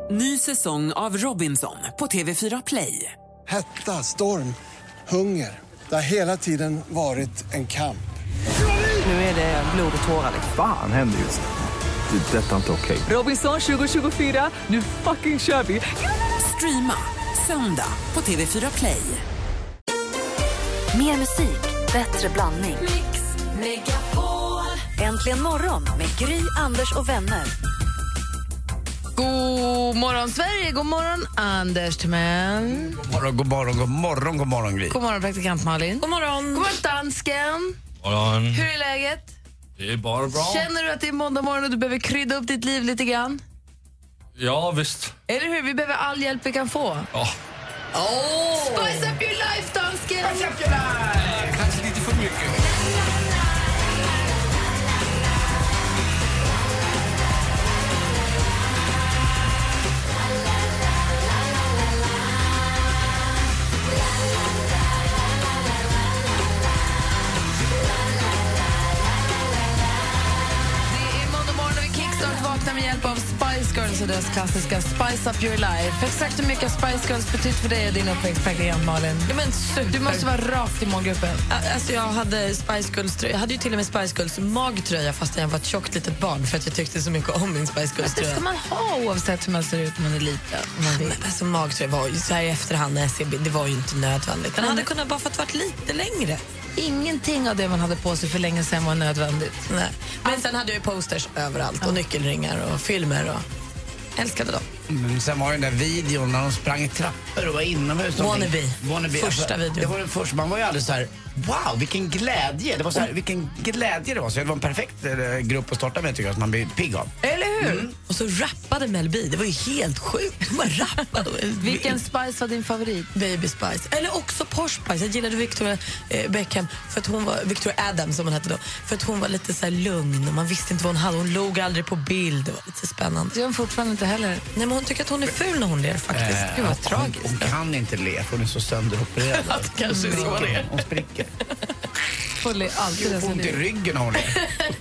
Ny säsong av Robinson på TV4 Play. Hetta, storm, hunger. Det har hela tiden varit en kamp. Nu är det blod och tårar. Fan händer just det. Det är detta inte okej. Robinson 2024, nu fucking kör vi. Streama söndag på TV4 Play. Mer musik, bättre blandning. Mix Megapol. Äntligen morgon med Gry, Anders och vänner. God morgon Sverige, god morgon Anders Timell. God morgon Gry. God morgon praktikant Malin. God morgon. God morgon dansken. Morgon. Hur är läget? Det är bara bra. Känner du att det är måndag morgon och du behöver krydda upp ditt liv lite grann? Ja, visst. Eller hur? Vi behöver all hjälp vi kan få. Ja. Spice up your life, dansken! Spice up your life! Kanske lite för mycket. Vakna med hjälp av Spice Girls och deras klassiska Spice Up Your Life. Exakt hur mycket Spice Girls betytt för dig och din uppväxt, praktikant Malin? Ja, men super. Du måste vara rakt i målgruppen. Alltså jag hade Spice Girls tröja. Jag hade ju till och med Spice Girls magtröja fast jag var ett tjockt litet barn för att jag tyckte så mycket om min Spice Girls tröja. Det ska man ha oavsett hur man ser ut när man är liten. Men alltså magtröja var ju så här i efterhand när jag ser, det var ju inte nödvändigt. Den hade kunnat bara fått varit lite längre. Ingenting av det man hade på sig för länge sedan var nödvändigt. Nej. Men sen hade jag ju posters överallt och nyckelringar och filmer och älskade dem. Sen var ju den där videon när de sprang i trappor och var inomhus. Wannabe. Första videon. Det var den första. Man var ju aldrig så här, wow, vilken glädje. Det var så här, vilken glädje det var. Så det var en perfekt grupp att starta med, tycker jag, som man blir pigg av. Eller hur? Och så rappade Mel B. Det var ju helt sjukt. Man rappade. Vilken Spice var din favorit? Baby Spice. Eller också Posh Spice. Jag gillade Victoria Beckham för att hon var Victoria Adams som hon hette då. För att hon var lite så här lugn och man visste inte vad hon hade. Hon låg aldrig på bild. Det var lite spännande. Det gör hon fortfarande inte heller. Nej, men hon tycker att hon är ful när hon ler faktiskt. Det var tragiskt. Hon kan inte le för hon är så sönderopererad. Kanske är så det. Hon spricker. Hon ler alltid. Hon får ont i ryggen när hon ler.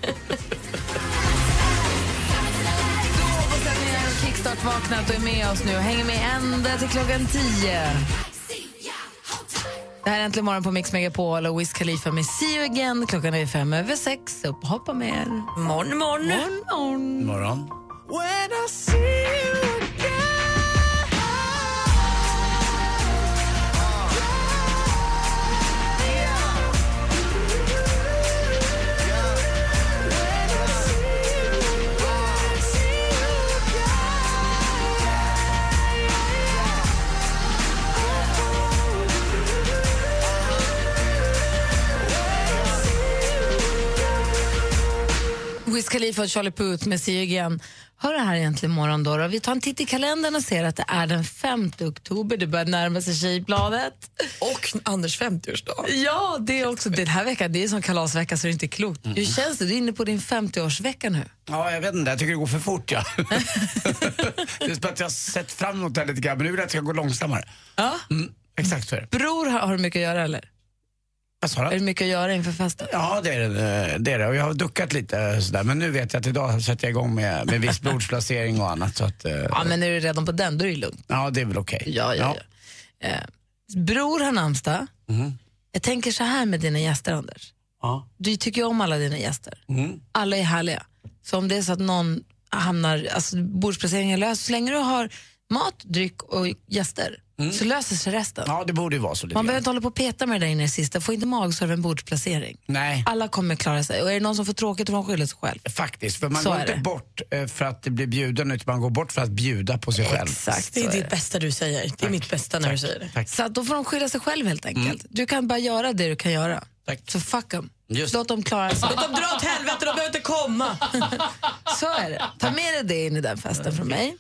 Kickstart vaknat och är med oss nu och hänger med ända till klockan 10. Det här är Äntligen morgon på Mix Megapol och Wiz Khalifa med See You Again. Klockan är 5:06. Upp och hoppa med er. Morgon. When I see you again. Wiz Khalifa och Charlie Puth med See You Again. Hör det här egentligen morgon då. Vi tar en titt i kalendern och ser att det är den 5 oktober. Det börjar närma sig Tjejbladet. Och Anders 50-årsdag. Ja, det är också den här veckan. Det är som kalasvecka så det är inte klokt. Hur känns det? Du är inne på din 50-årsvecka nu. Ja, jag vet inte. Jag tycker det går för fort, ja. Det är för att jag har sett fram emot det lite grann, men nu vill jag att det ska gå långsammare. Ja. Exakt så är det. Bror, har du mycket att göra eller? Vad sa du? Är det mycket att göra inför festen? Ja, det är det. Och jag har duckat lite sådär. Men nu vet jag att idag sätter jag igång med viss blodsplacering och annat. Så att, ja, men är du redan på den, då är det lugnt. Ja, det är väl okej. Ja. Bror har namnsdag. Jag tänker så här med dina gäster, Anders. Ja. Du tycker ju om alla dina gäster. Alla är härliga. Så om det är så att någon hamnar, alltså bordsplaceringen löser, så länge du har mat, dryck och gäster, så löser sig resten. Ja, det borde ju vara så lite. Man behöver inte hålla på och peta med det där inne i det sista. Få inte mag av en bordsplacering. Nej. Alla kommer klara sig. Och är det någon som får tråkigt, får man skylla sig själv. Faktiskt, för man Så går är inte det. bort för att det blir bjuden, utan man går bort för att bjuda på sig själv. Exakt. Det är så ditt bästa du säger. Det är mitt bästa när du säger det. Tack. Så att då får de skylla sig själv helt enkelt. Du kan bara göra det du kan göra. Tack. Så fuck dem. Just. Låt dem klara sig. Låt dem dra åt helvete, de behöver inte komma. Så är det. Ta med dig det in i den festen från mig.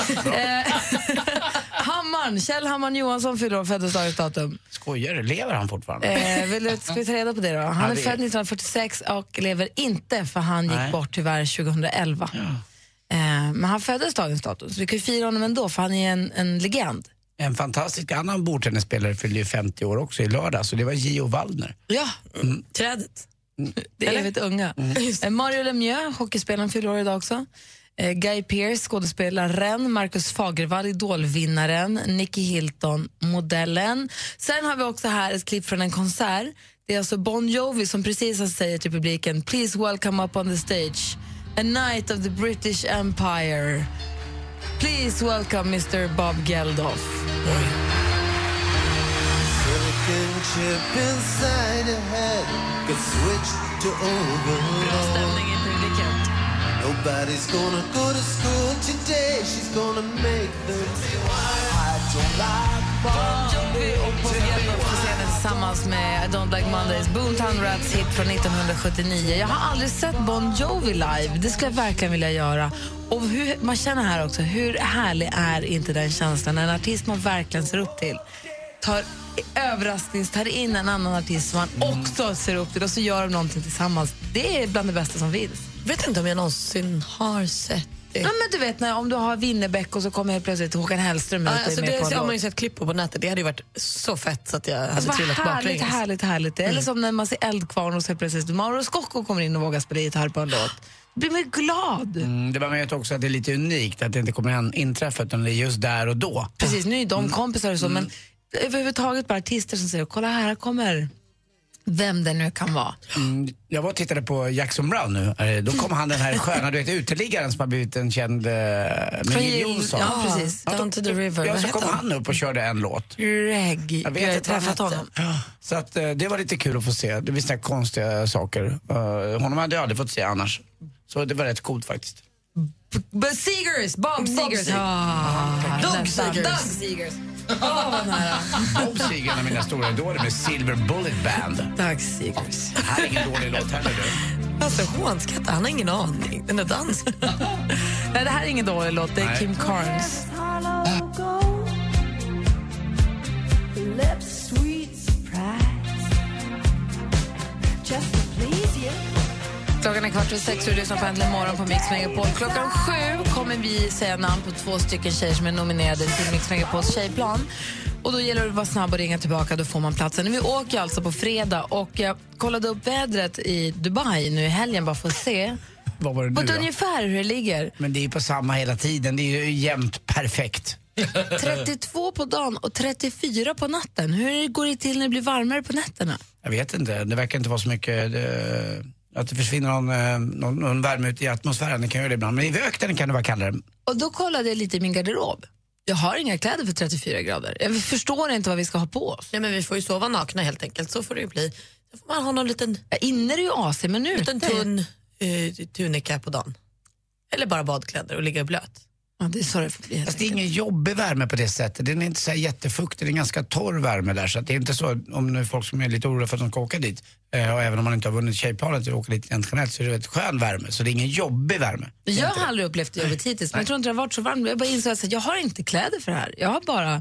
Hammaren, Kjell Hammaren Johansson fyller år, födelsedagens datum. Skojar du? Lever han fortfarande? Ska vi ta reda på det då? Han är född 1946 och lever inte, för han gick bort tyvärr 2011. Men han föddes dagens datum, så vi kan ju fira honom ändå, för han är en legend. En fantastisk annan bordtennisspelare fyllde ju 50 år också i lördag, så det var Gio Waldner. Ja, Trädet. det är evigt unga. Mario Lemieux, hockeyspelaren, fyller år idag också. Guy Pearce, skådespelaren, Marcus Fagervall, idolvinnaren, Nicky Hilton, modellen. Sen har vi också här ett klipp från en konsert. Det är alltså Bon Jovi som precis säger till publiken: "Please welcome up on the stage a knight of the British Empire. Please welcome Mr. Bob Geldof." Bra stämning i publiken. Nobody's gonna go to school today. She's gonna make the Bon Jovi och Bob Geldof på scenen tillsammans med I Don't Like Mondays, Boomtown Rats hit från 1979. Jag har aldrig sett Bon Jovi live. Det skulle jag verkligen vilja göra. Och man känner här också, hur härlig är inte den känslan när en artist man verkligen ser upp till tar in en annan artist som man också ser upp till och så gör de någonting tillsammans. Det är bland det bästa som finns. Vet inte om jag någonsin har sett det. Ja, men du vet, om du har Winnerbäck och så kommer helt plötsligt Håkan Hellström ut alltså med på en det har man ju låt. sett klipp på nätet. Det hade ju varit så fett så att jag hade trillat baklänges. Härligt. Eller som när man ser Eldkvarn och så plötsligt Mauro Scocco kommer in och vågar spela gitarr på en låt. Blir man glad. Det var med också att det är lite unikt att det inte kommer inträffa utan det är just där och då. Precis, nu är de kompisar och så, men överhuvudtaget bara artister som säger kolla här kommer vem det nu kan vara. Jag var och tittade på Jackson Brown nu. Då kom han den här sköna, du vet, uteliggaren som har blivit en känd Jonsson. Ja, precis. Down to the river. Ja, så kom han upp och körde en låt. Greg. Jag har träffat honom. Ja, så att det var lite kul att få se. Det visste konstiga saker. Honom hade jag aldrig fått se annars. Så det var rätt coolt faktiskt. Bob Seegers. Doug Seegers. Bob Seger, en av mina stora idoler med Silver Bullet Band. Doug Seegers. Det här är ingen dålig låt heller, du. Alltså hånskatt, han har ingen aning. Den är dansk. Nej, det här är ingen dålig låt. Det är Kim Carnes. Klockan är 5:15 och du lyssnar på Äntligen morgon på Mix Megapol. Klockan 7 kommer vi säga namn på 2 stycken tjejer som är nominerade till Mix Megapols tjejplan. Och då gäller det att vara snabb och ringa tillbaka, då får man platsen. Vi åker alltså på fredag och jag kollade upp vädret i Dubai nu i helgen bara för att se. Vad var det nu då? Ungefär hur det ligger. Men det är på samma hela tiden, det är ju jämnt perfekt. 32 på dagen och 34 på natten. Hur går det till när det blir varmare på nätterna? Jag vet inte, det verkar inte vara så mycket... Att det försvinner någon värme ut i atmosfären, det kan göra det ibland. Men i öknen kan det vara kallare. Och då kollade jag lite i min garderob. Jag har inga kläder för 34 grader. Jag förstår inte vad vi ska ha på oss. Nej, men vi får ju sova nakna helt enkelt. Så får det ju bli. Då får man ha någon liten... Ja, inne är det ju AC, men nu... En liten tunn tunika på dagen. Eller bara badkläder och ligga blöt. Ja, det är så det får bli. Fast det är ingen jobbig värme på det sättet. Den är inte så här jättefuktig, det är en ganska torr värme där. Så att det är inte så, om nu folk som är lite oroliga för att de ska åka dit. Och även om man inte har vunnit tjejplanet och åker dit internationellt så är det ett skön värme. Så det är ingen jobbig värme. Jag har aldrig upplevt det jobbet hittills. Men jag tror inte det har varit så varmt. Jag bara insåg att jag har inte kläder för det här. Jag har bara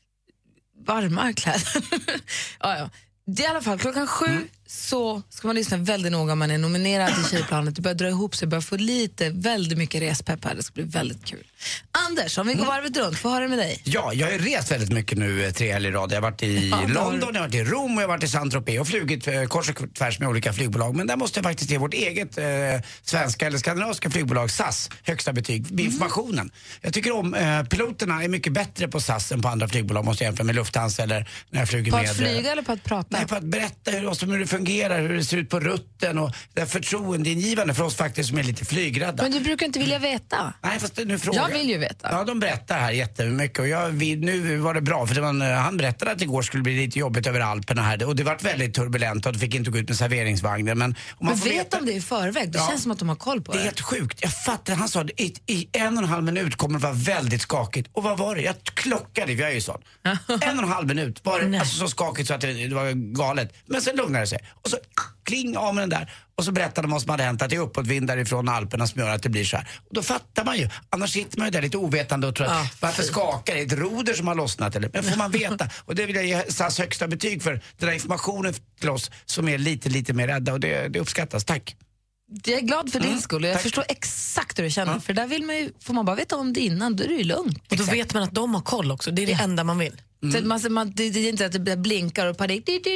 varma kläder. ja. Det är i alla fall klockan 7 så ska man lyssna väldigt noga om man är nominerad till tjejplanet. Det börjar dra ihop sig, börjar få väldigt mycket respepp här. Det ska bli väldigt kul. Anders, om vi går varvet runt, får höra med dig. Ja, jag har rest väldigt mycket nu 3 helger i rad. Jag har varit i London, jag har varit i Rom och jag har varit i Saint-Tropez och flugit kors och tvärs med olika flygbolag. Men där måste jag faktiskt ge vårt eget svenska eller skandinaviska flygbolag SAS högsta betyg med informationen. Jag tycker om piloterna är mycket bättre på SAS än på andra flygbolag, måste jag jämföra med Lufthansa eller när jag flyger med. På att flyga eller på att prata? Nej, på att berätta hur det fungerar, hur det ser ut på rutten och det är förtroendeingivande för oss faktiskt som är lite flygrädda. Men du brukar inte vilja veta. Nej, fast nu frågar jag vill ju veta. Ja, de berättar här jättemycket och nu var det bra för han berättade att igår skulle bli lite jobbigt över Alperna här och det var väldigt turbulent och du fick inte gå ut med serveringsvagnen. Men vet de det i förväg? Det känns som att de har koll på det. Det är helt sjukt. Jag fattar, han sa att i 1,5 minut kommer det vara väldigt skakigt. Och vad var det? Jag klockade, jag är ju sån. 1,5 minut var det alltså så skakigt så att det var galet. Men sen lugnade det sig. Och så kling av med den där. Och så berättade de vad som hade hänt, att det är uppåtvind därifrån Alperna som gör att det blir så här. Och då fattar man ju. Annars sitter man ju där lite ovetande och tror att varför skakar det? Ett roder som har lossnat eller? Men får man veta. Och det vill jag ge SAS högsta betyg för. Den här informationen till oss som är lite mer rädda och det uppskattas. Tack. Jag är glad för din skull och jag förstår exakt hur du känner. För där får man bara veta om det innan, då är det ju lugnt. Och då vet man att de har koll också, det är det enda man vill. Så det är inte att det blinkar och panik. Det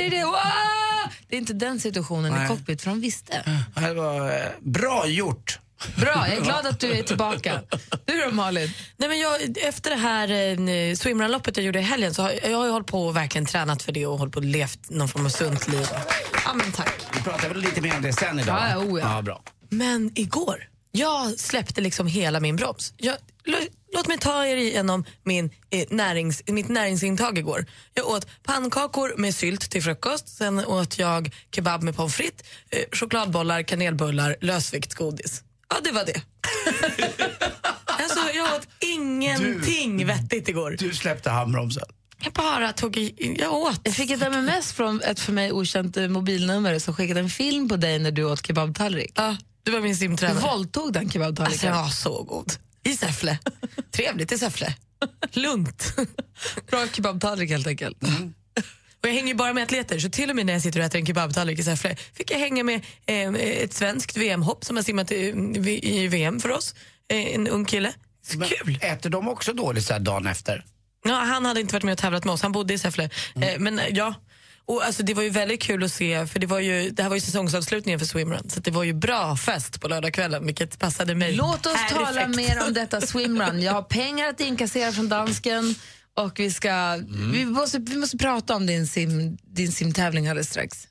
är inte den situationen i cockpit, för de visste. Det var bra gjort Bra, jag är glad att du är tillbaka. Du då, Malin? Nej, men efter det här swimrunloppet jag gjorde i helgen så jag har hållit på och verkligen tränat för det och hållit på och levt någon form av sunt liv. Ja, men tack. Vi pratar väl lite mer om det sen idag? Ja. Bra. Men igår, jag släppte liksom hela min broms. Låt mig ta er igenom mitt näringsintag igår. Jag åt pannkakor med sylt till frukost. Sen åt jag kebab med pommes frites, chokladbollar, kanelbullar, lösviktsgodis. Ja, det var det. Alltså, jag åt ingenting vettigt igår. Du släppte handbromsen. Jag åt. Jag fick ett MMS från ett för mig okänt mobilnummer som skickade en film på dig när du åt kebabtallrik. Ja, det var min simtränare. Du våldtog den kebabtallriken. Alltså, den var så god. I Säffle. Trevligt i Säffle. Lugnt. Bra kebabtallrik helt enkelt. Mm. Och jag hänger bara med atleter, så till och med när jag sitter och äter en kebabtallrik i Säffle fick jag hänga med ett svenskt VM-hopp som har simmat i VM för oss. En ung kille. Så kul. Äter de också dåligt så här dagen efter? Ja, han hade inte varit med och tävlat med oss, han bodde i Säffle. Men ja, och alltså, det var ju väldigt kul att se, för det här var ju säsongsavslutningen för swimrun, så det var ju bra fest på lördagskvällen, vilket passade mig. Låt oss tala mer om detta swimrun. Jag har pengar att inkassera från dansken och vi måste prata om din simtävling alldeles strax.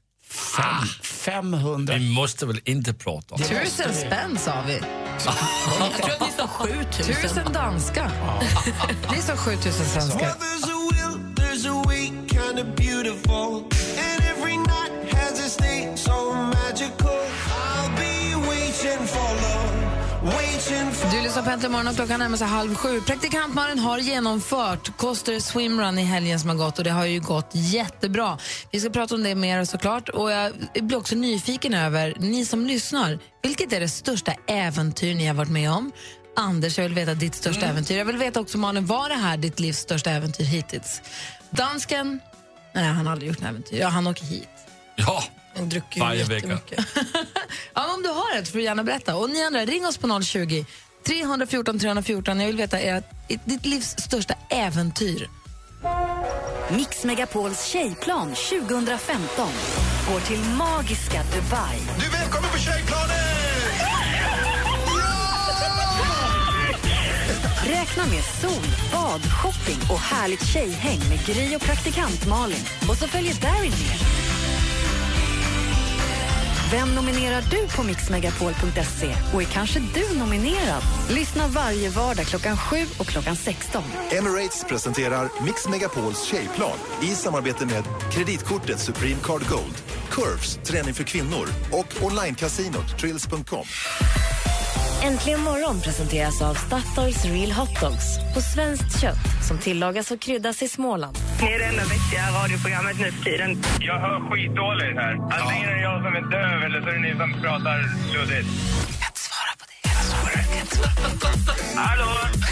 500. Vi måste väl inte prata om 1000 spänn sa vi. Jag tror att ni sa 7000. 1000 danska. Ni sa 7000 svenska. There's a will, there's a way, kind of beautiful. And every night has a state so magical. I'll be waiting for love, waiting for... Du lyssnar på Äntligen morgon och klockan närmar sig 6:30. Praktikant Malin har genomfört Coster Swimrun i helgen som har gått och det har ju gått jättebra. Vi ska prata om det mer såklart och jag blir också nyfiken över, ni som lyssnar, vilket är det största äventyr ni har varit med om? Anders, jag vill veta ditt största äventyr. Jag vill veta också, Malin, var det här ditt livs största äventyr hittills? Dansken? Nej, han har aldrig gjort en äventyr. Ja, han åker hit. Ja, En druckar varje jättemycket. Ja, men om du har ett får du gärna berätta. Och ni andra, ring oss på 020 314 314. Jag vill veta ditt livs största äventyr. Mix Megapols tjejplan 2015 går till magiska Dubai. Du är välkommen på tjejplanen! Räkna med sol, bad, shopping och härligt tjejhäng med Gry och praktikant Malin. Och så följer Darin med. Vem nominerar du på mixmegapol.se? Och är kanske du nominerad? Lyssna varje vardag klockan 7 och klockan 16. Emirates presenterar Mix Megapols tjejplan i samarbete med kreditkortet Supreme Card Gold, Curves, träning för kvinnor och online-casinot Trills.com. Äntligen morgon presenteras av Statoils Real Hot Dogs på svenskt kött som tillagas och kryddas i Småland. Ni är det enda vettiga radioprogrammet nu för tiden. Jag hör skitdåligt här. Antingen är det jag som är döv eller så är det ni som pratar luddigt. Jag kan inte svara på det. Jag kan inte svara på det. Hallå?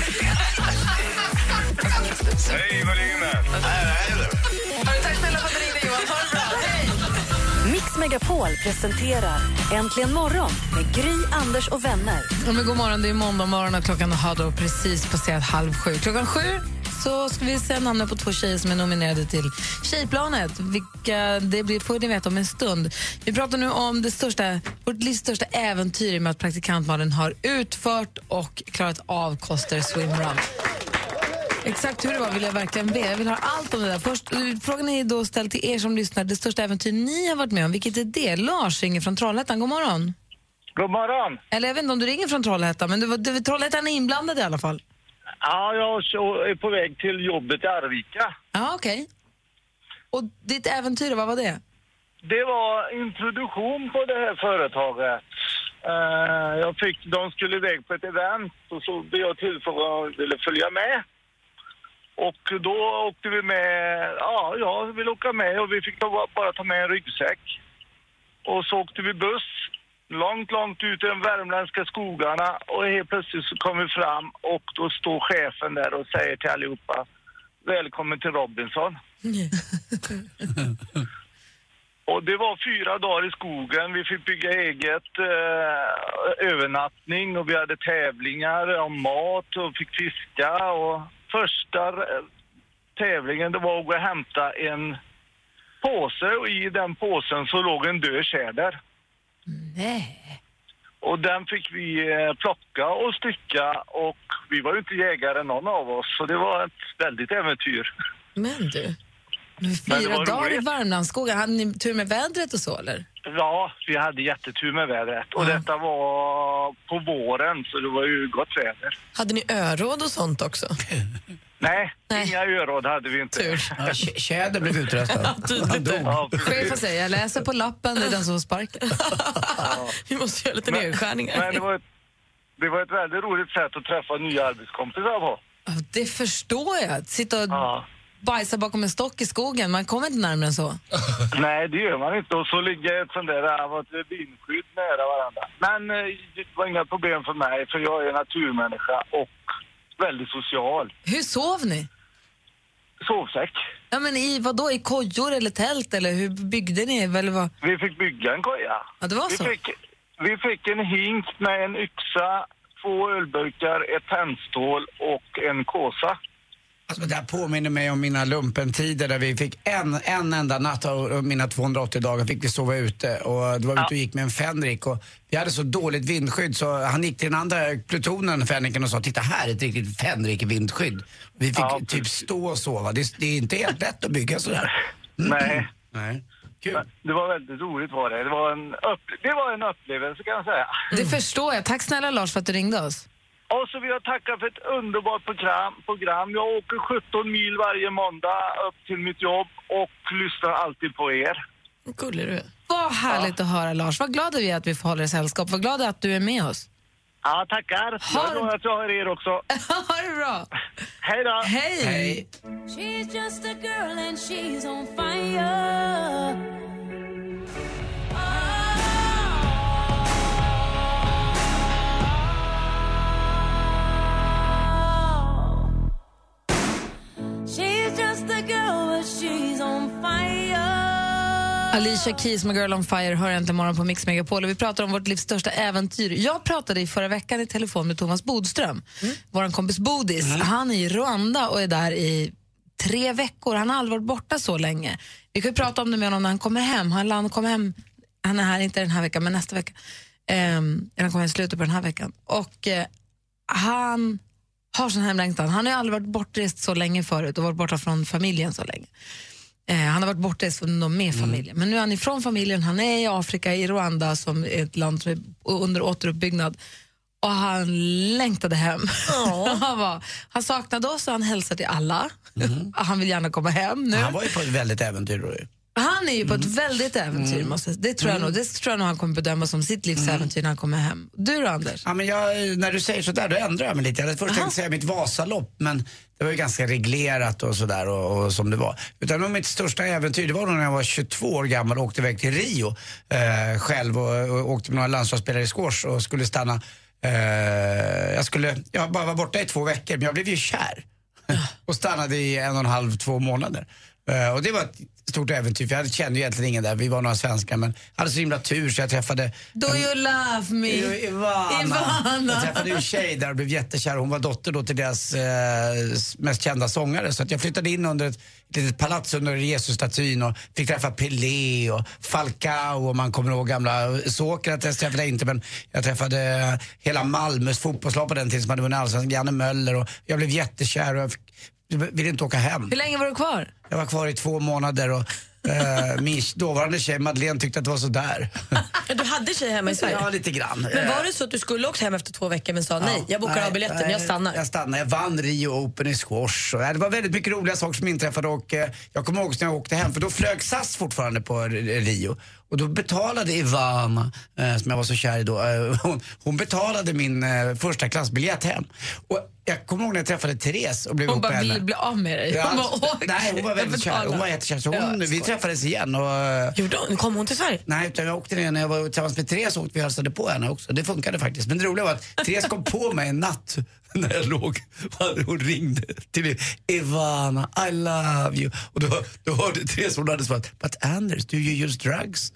Hej, vad ligger med? Tack snälla för att du ringde, Johan. Ha det bra. Hej! Mix Megapol presenterar Äntligen morgon med Gry, Anders och vänner. Men god morgon, det är måndag morgon och klockan har då precis passerat 6:30. Klockan 7 så ska vi se namnen på 2 tjejer som är nominerade till Tjejplanet. Vilka det blir får ni veta om en stund. Vi pratar nu om vårt livs största äventyr med att praktikantmannen har utfört och klarat av Coster Swimrun. Exakt hur det var vill jag verkligen veta. Jag vill ha allt om det där. Först, frågan är då ställd till er som lyssnar. Det största äventyr ni har varit med om, vilket är det? Lars ringer från Trollhättan. God morgon. God morgon. Eller jag vet inte om du ringer från Trollhättan, men Trollhättan är inblandad i alla fall. Ja, jag är på väg till jobbet i Arvika. Ja, okej. Och ditt äventyr, vad var det? Det var introduktion på det här företaget. De skulle iväg på ett event och så blev jag tillfrågad om jag ville följa med. Och då åkte vi med, jag ville åka med och vi fick bara ta med en ryggsäck. Och så åkte vi buss långt ut i de värmländska skogarna och helt plötsligt så kom vi fram och då står chefen där och säger till allihopa: välkommen till Robinson. Och det var 4 dagar i skogen, vi fick bygga eget övernattning och vi hade tävlingar om mat och fick fiska och första tävlingen det var att gå och hämta en påse och i den påsen så låg en död tjäder. Nej. Och den fick vi plocka och stycka och vi var ju inte jägare någon av oss. Så det var ett väldigt äventyr. Men du, 4 dagar i Värmlandsskogen, hade ni tur med vädret och så eller? Ja, vi hade jättetur med vädret. Och detta var på våren så det var ju gott väder. Hade ni öråd och sånt också? Nej, inga öråd hade vi inte. Tur. Ja, tjäder blev utröstad. Chefen säger, jag läser på lappen, det är den som sparkar. Vi måste göra lite nedskärningar. Men det var ett väldigt roligt sätt att träffa nya arbetskompisar på. Det förstår jag. Sitta och bajsa bakom en stock i skogen, man kommer inte närmare än så. Nej, det gör man inte. Och så ligger ett sånt där vindskydd nära varandra. Men det var inga problem för mig, för jag är naturmänniska och väldigt social. Hur sov ni? Sovsäck. Ja, men i vad då? I kojor eller tält? Eller hur byggde ni? Eller vad? Vi fick bygga en koja. Ja, det var så. Vi fick en hink med en yxa, 2 ölburkar, ett tändstål och en kåsa. Alltså, det här påminner mig om mina lumpentider där vi fick en enda natt av mina 280 dagar fick vi sova ute och då var vi ute och gick med en Fenrik och vi hade så dåligt vindskydd så han gick till den andra plutonen, Fenriken, och sa titta här är ett riktigt Fenrik-vindskydd. Vi fick typ stå och sova. Det är inte helt lätt att bygga sådär. Nej. Kul. Det var väldigt roligt var det. Det var en upplevelse kan jag säga. Det förstår jag. Tack snälla Lars för att du ringde oss. Och så vill jag tacka för ett underbart program. Jag åker 17 mil varje måndag upp till mitt jobb och lyssnar alltid på er. Gullig du. Vad härligt att höra Lars. Vad glada vi är att vi får hålla er sällskap. Vad glada att du är med oss. Ja, tackar. Jag är glad att jag har er också. Ha det bra. Hej då. Hej. She's just a girl and she's on fire. Alicia Keys med Girl on Fire hör äntligen morgon på Mix Megapol och vi pratar om vårt livs största äventyr. Jag pratade i förra veckan i telefon med Thomas Bodström, våran kompis Bodis. Han är i Rwanda och är där i 3 veckor. Han har aldrig varit borta så länge. Vi kan ju prata om det med honom när han kommer hem. Han är här inte den här veckan men nästa vecka. Han kommer i slutet på den här veckan. Och han har sån hemlängtan. Han har ju aldrig varit bortrest så länge förut och varit borta från familjen så länge. Han har varit bortrest med familjen. Men nu är han ifrån familjen. Han är i Afrika, i Rwanda som är ett land som är under återuppbyggnad. Och han längtade hem. Han saknade oss och han hälsar till alla. Han vill gärna komma hem nu. Han var ju på ett väldigt äventyr då. Han är ju på ett väldigt äventyr. Det tror jag nog han kommer bedöma som sitt livsäventyr när han kommer hem. Du då, Anders? Ja, men när du säger sådär då ändrar jag mig lite. Jag hade först tänkt säga mitt Vasalopp, men det var ju ganska reglerat och sådär och som det var. Utan mitt största äventyr, det var när jag var 22 år gammal och åkte iväg till Rio själv och åkte med några landslagsspelare i squash och skulle stanna. Jag bara var borta i 2 veckor, men jag blev ju kär. Och stannade i 1,5-2 månader. Och det var ett stort äventyr, för jag kände ju egentligen ingen där. Vi var några svenskar, men hade så himla tur så jag träffade... Do you love me? Ivana. Jag träffade en tjej där och blev jättekär. Hon var dotter då till deras mest kända sångare. Så att jag flyttade in under ett litet palats under Jesus-statyn och fick träffa Pelé och Falcao och man kommer ihåg gamla Sokrates träffade jag inte, men jag träffade hela Malmös fotbollslag på den tiden som hade vunnit allsvenskan, Janne Möller, och jag blev jättekär och jag ville inte åka hem. Hur länge var du kvar? Jag var kvar i 2 månader och min dåvarande tjej Madeleine tyckte att det var så där. Du hade tjej hemma i Sverige? Ja, lite grann. Men var det så att du skulle åka hem efter 2 veckor men sa nej, jag bokar av biljetten, jag stannar? Jag stannar, jag vann Rio Open i squash och det var väldigt mycket roliga saker som inträffade och jag kommer ihåg när jag åkte hem, för då flög SAS fortfarande på Rio och då betalade Ivana, som jag var så kär i då, hon betalade min första klassbiljett hem. Och jag kommer ihåg när jag träffade Therese och blev hon ihop med henne. Hon bara bli av med dig. Ja, nej, hon var väldigt kär. Hon var jättekär. Så vi träffades igen. Och, kom hon till Sverige? Nej, utan jag åkte ner när jag var tillsammans med Therese och vi hälsade på henne också. Det funkade faktiskt. Men det roliga var att Therese kom på mig en natt när jag låg, hon ringde till Ivana, I love you. Och då hörde Therese, hon hade svarat, but Anders, do you use drugs?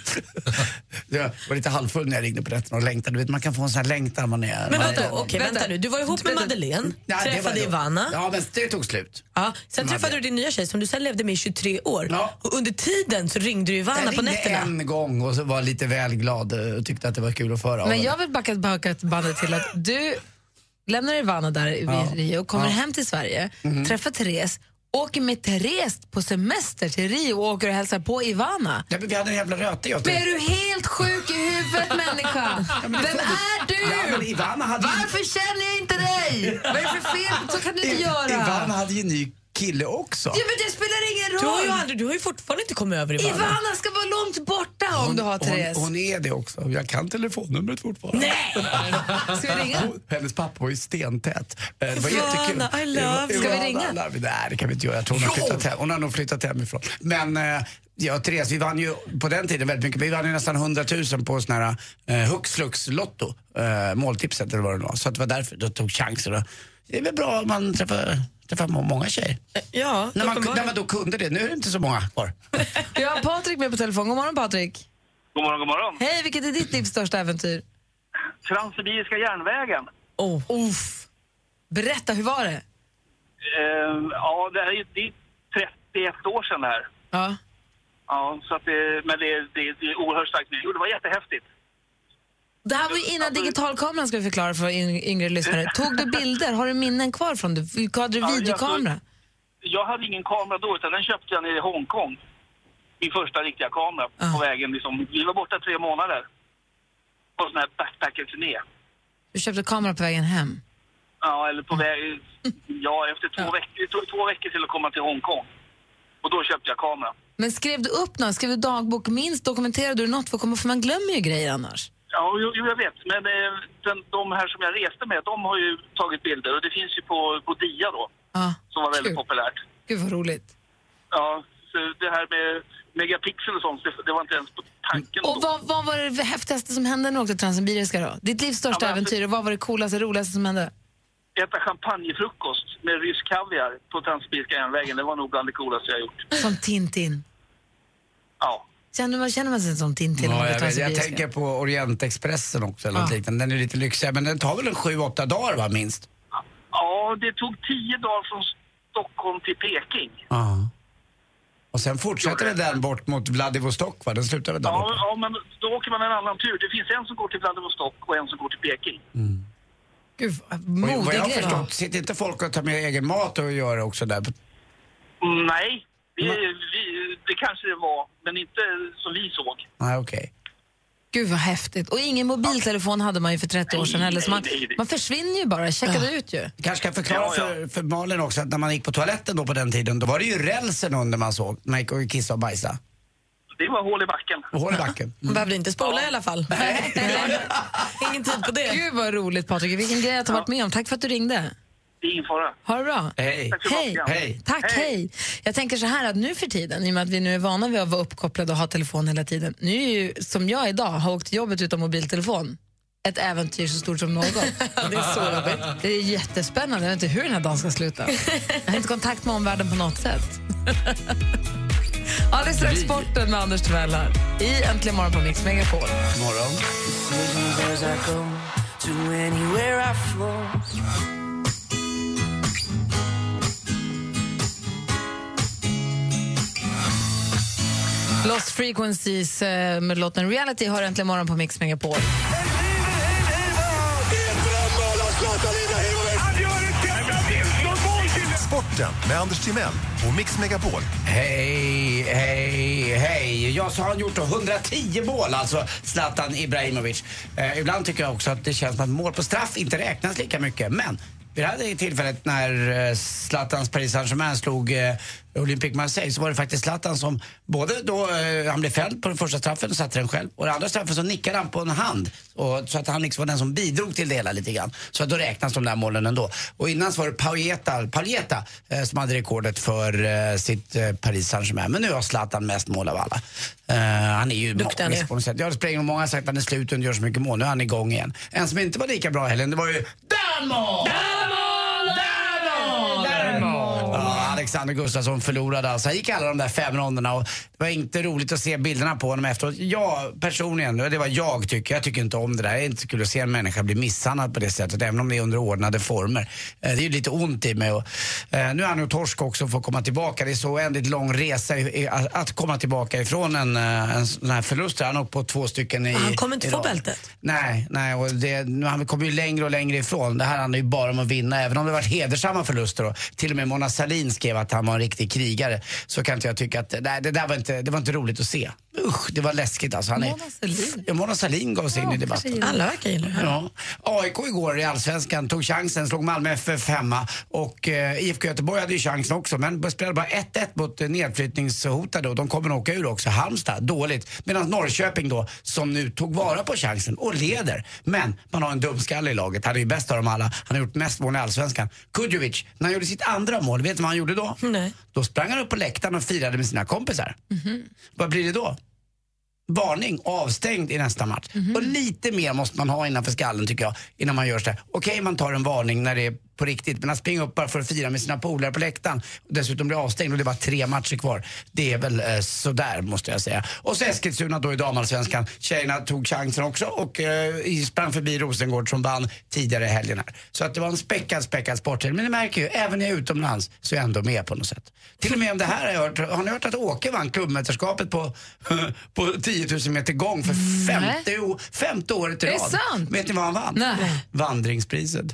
Jag var lite halvfull när jag ringde på rätten och längtade. Du vet, man kan få en sån här längtan man är... Men vänta nu, du var ihop med Madeleine, träffade Ivana. Ja, men det tog slut. Ja, sen träffade du din nya tjej som du sen levde med i 23 år. Ja. Och under tiden så ringde du Ivana på nätterna. En gång och så var lite väl glad och tyckte att det var kul att föra. Men jag vill backa bandet till att du lämnar Ivana där i Rio och kommer hem till Sverige, träffar Therese, åker med Therese på semester till Rio och åker och hälsar på Ivana. Ja, men vi hade en jävla röte. Men är du helt sjuk i huvudet, människa? Vem är du? Ja, men Ivana hade Varför känner jag inte dig? Vad är det för fel? Så kan du inte göra. Ivana hade ju en ny kille också. Ja, men det spelar ingen roll. Du har ju fortfarande inte kommit över Ivana. Ivana ska vara långt borta om du har Therese. Hon är det också. Jag kan telefonnumret fortfarande. Nej! Ska vi ringa? Hennes pappa var ju stentät. Det var jättekul. I love you. Ska vi ringa? Nej, det kan vi inte göra. Jag tror hon har nog flyttat hemifrån. Men ja, Therese, vi vann ju på den tiden väldigt mycket. Vi vann ju nästan 100 000 på sån här hux-flux-lotto. Måltipset eller vad det var. Så det var därför jag tog chanser. Det är väl bra om man träffar många tjejer. Ja, när man då kunde det. Nu är det inte så många kvar. Vi har Patrik med på telefon. God morgon, Patrik. God morgon, god morgon. Hej, vilket är ditt livs största äventyr? Transsibiriska järnvägen. Berätta, hur var det? Ja, det är 31 år sedan det här. Ja. Ja, så att men det är oerhört starkt. Det var jättehäftigt. Det här var ju innan digitalkameran, ska vi förklara för yngre lyssnare. Tog du bilder? Har du minnen kvar från det? Hade du videokamera? Jag hade ingen kamera då, utan den köpte jag nere i Hongkong. Min första riktiga kamera på vägen. Liksom. Vi var borta 3 månader. På sån här backpacker-turné. Du köpte kamera på vägen hem? Ja, eller på väg... Ja, efter 2 veckor. Det tog 2 veckor till att komma till Hongkong. Och då köpte jag kamera. Men skrev du upp något? Skrev du dagbok minst? Dokumenterade du något? För man glömmer ju grejer annars. Ja, jag vet. Men de här som jag reste med, de har ju tagit bilder. Och det finns ju på Dia då. Som var väldigt populärt. Gud vad roligt. Ja, så det här med megapixel och sånt, det var inte ens på tanken. Och vad var det häftigaste som hände när du åkte Transsibiriska då? Ditt livs största äventyr, och vad var det coolaste, roligaste som hände? Äta champagnefrukost med rysk kaviar på Transsibiriska järnvägen, det var nog bland det coolaste jag gjort. Som Tintin? Ja. Känner man sig som Tintin? Ja, jag tänker på Orientexpressen också, eller något liknande. Den är lite lyxigare, men den tar väl 7-8 dagar, va, minst? Ja, det tog 10 dagar från Stockholm till Peking. Ja. Och sen fortsätter det där bort mot Vladivostok, va? Den slutar väl där borta? Ja, men då åker man en annan tur. Det finns en som går till Vladivostok och en som går till Peking. Gud, modig vad jag har grej. förstått, sitter inte folk att ta med egen mat och göra också där? Nej, det kanske det var, men inte som vi såg. Nej, okej. Gud vad häftigt. Och ingen mobiltelefon hade man ju för 30 år sedan heller, så man försvinner ju bara, checkade ut ju. Jag kanske ska förklara för Malin också att när man gick på toaletten då på den tiden, då var det ju rälsen under man såg. Man gick och kissade och bajsade. Det var hål i backen. Hål i backen. Man behövde inte spola i alla fall. Ingen tid på det. Gud vad roligt, Patrik. Vilken grej att ha varit med om. Tack för att du ringde. Det är ingen fara. Ha det bra. Hej. Hej. Tack, hej. Jag tänker så här att nu för tiden, i och med att vi nu är vana vid att vara uppkopplade och ha telefon hela tiden. Nu är ju, som jag idag, har åkt till jobbet utan mobiltelefon. Ett äventyr så stort som något. Det är så roligt. Det är jättespännande. Jag vet inte hur den här dagen ska sluta. Jag har inte kontakt med omvärlden på något sätt. Alldeles strax sporten med Anders Tvell här i Äntligen morgon på Mix Megapol. Morgon. Lost Frequencies med låten Reality har Äntligen morgon på Mix Megapol. Sporten med Anders Timell och Mix Megapol. Hej. Jag så har han gjort 110 mål, alltså Zlatan Ibrahimovic. Ibland tycker jag också att det känns som att mål på straff inte räknas lika mycket. Men vid det här tillfället när Zlatans Paris Saint-Germain slog Olympique Marseille, så var det faktiskt Zlatan som både då han blev fälld på den första straffen och satte den själv, och den andra straffen så nickade han på en hand, och så att han liksom var den som bidrog till det hela lite grann, så att då räknas de där målen ändå. Och innan så var det Paglietta som hade rekordet för sitt Paris Saint-Germain, men nu har Zlatan mest mål av alla. Han är ju duktig på något sätt. Jag springer, många har sagt att han är slut och inte gör så mycket mål. Nu är han igång igen. En som inte var lika bra heller, det var ju Alexander Gustafsson förlorade alltså. Han gick alla de där 5 ronderna och det var inte roligt att se bilderna på honom efteråt. Jag personligen, det var jag tycker inte om det där. Det är inte kul att se en människa bli misshandlad på det sättet, även om det är under ordnade former. Det är ju lite ont i mig och nu är han ju torsk också för att komma tillbaka. Det är så ändligt lång resa att komma tillbaka ifrån en sån här förlust. Han har på 2 stycken i... Han kommer inte få bältet. Nej, och han kommer ju längre och längre ifrån. Det här handlar ju bara om att vinna, även om det varit hedersamma förluster och till och med Mona Sahlin skrev att han var en riktig krigare, så kan inte jag tycka att det var inte roligt att se. Usch, det var läskigt alltså. Mona Sahlin gav sig in i debatten. Alla verkar gilla det. Ja. AIK igår i Allsvenskan tog chansen, slog Malmö FF hemma och IFK Göteborg hade ju chansen också, men spelade bara 1-1 mot nedflyttningshotade och de kommer att åka ur också. Halmstad, dåligt. Medan Norrköping då, som nu tog vara på chansen och leder. Men man har en dumskalle i laget. Han är ju bäst av dem alla. Han har gjort mest mål i Allsvenskan. Kudjovic, när han gjorde sitt andra mål, vet du vad han gjorde då? Nej. Då sprang han upp på läktaren och firade med sina kompisar. Vad blir det då? Varning, avstängd i nästa match. Och lite mer måste man ha innanför skallen tycker jag, innan man gör så här. Okej, man tar en varning när det är på riktigt, men att springa upp bara för att fira med sina polare på läktaren och dessutom bli avstängd och det var 3 matcher kvar, det är väl sådär måste jag säga. Och så Eskilstuna då i damallsvenskan, tjejerna tog chansen också och sprang förbi Rosengård som vann tidigare i helgen här. Så att det var en späckad sporthelg, men ni märker ju, även när jag är utomlands så är jag ändå med på något sätt. Till och med om det här har ni hört att Åke vann klubbmästerskapet på 10 000 meter gång för femte året i rad. Det är sant. Vet ni vad han vann? Nej. Vandringspriset.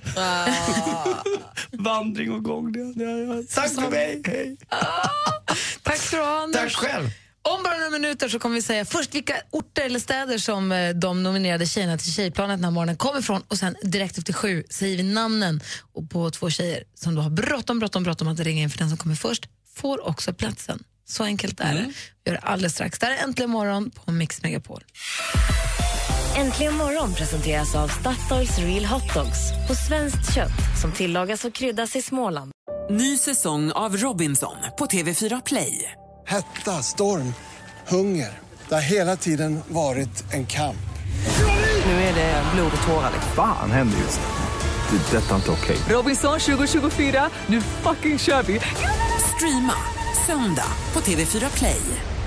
Vandring och gång. Tack för mig. Hej. Tack för det, Anders. Tack själv. Om bara några minuter så kommer vi säga först vilka orter eller städer som de nominerade tjejerna till Tjejplanet den här morgonen kommer ifrån, och sen direkt efter 7 säger vi namnen och på 2 tjejer som då har bråttom att ringa in, för den som kommer först får också platsen. Så enkelt är det. Vi gör det alldeles strax. Det är Äntligen morgon på Mix Megapol. Äntligen morgon presenteras av Statoils Real Hot Dogs på svenskt kött som tillagas och kryddas i Småland. Ny säsong av Robinson på TV4 Play. Hetta, storm, hunger. Det har hela tiden varit en kamp. Nu är det blod och tårar. Fan händer just det. Det är detta inte okej. Robinson 2024, nu fucking kör vi. Streama söndag på TV4 Play.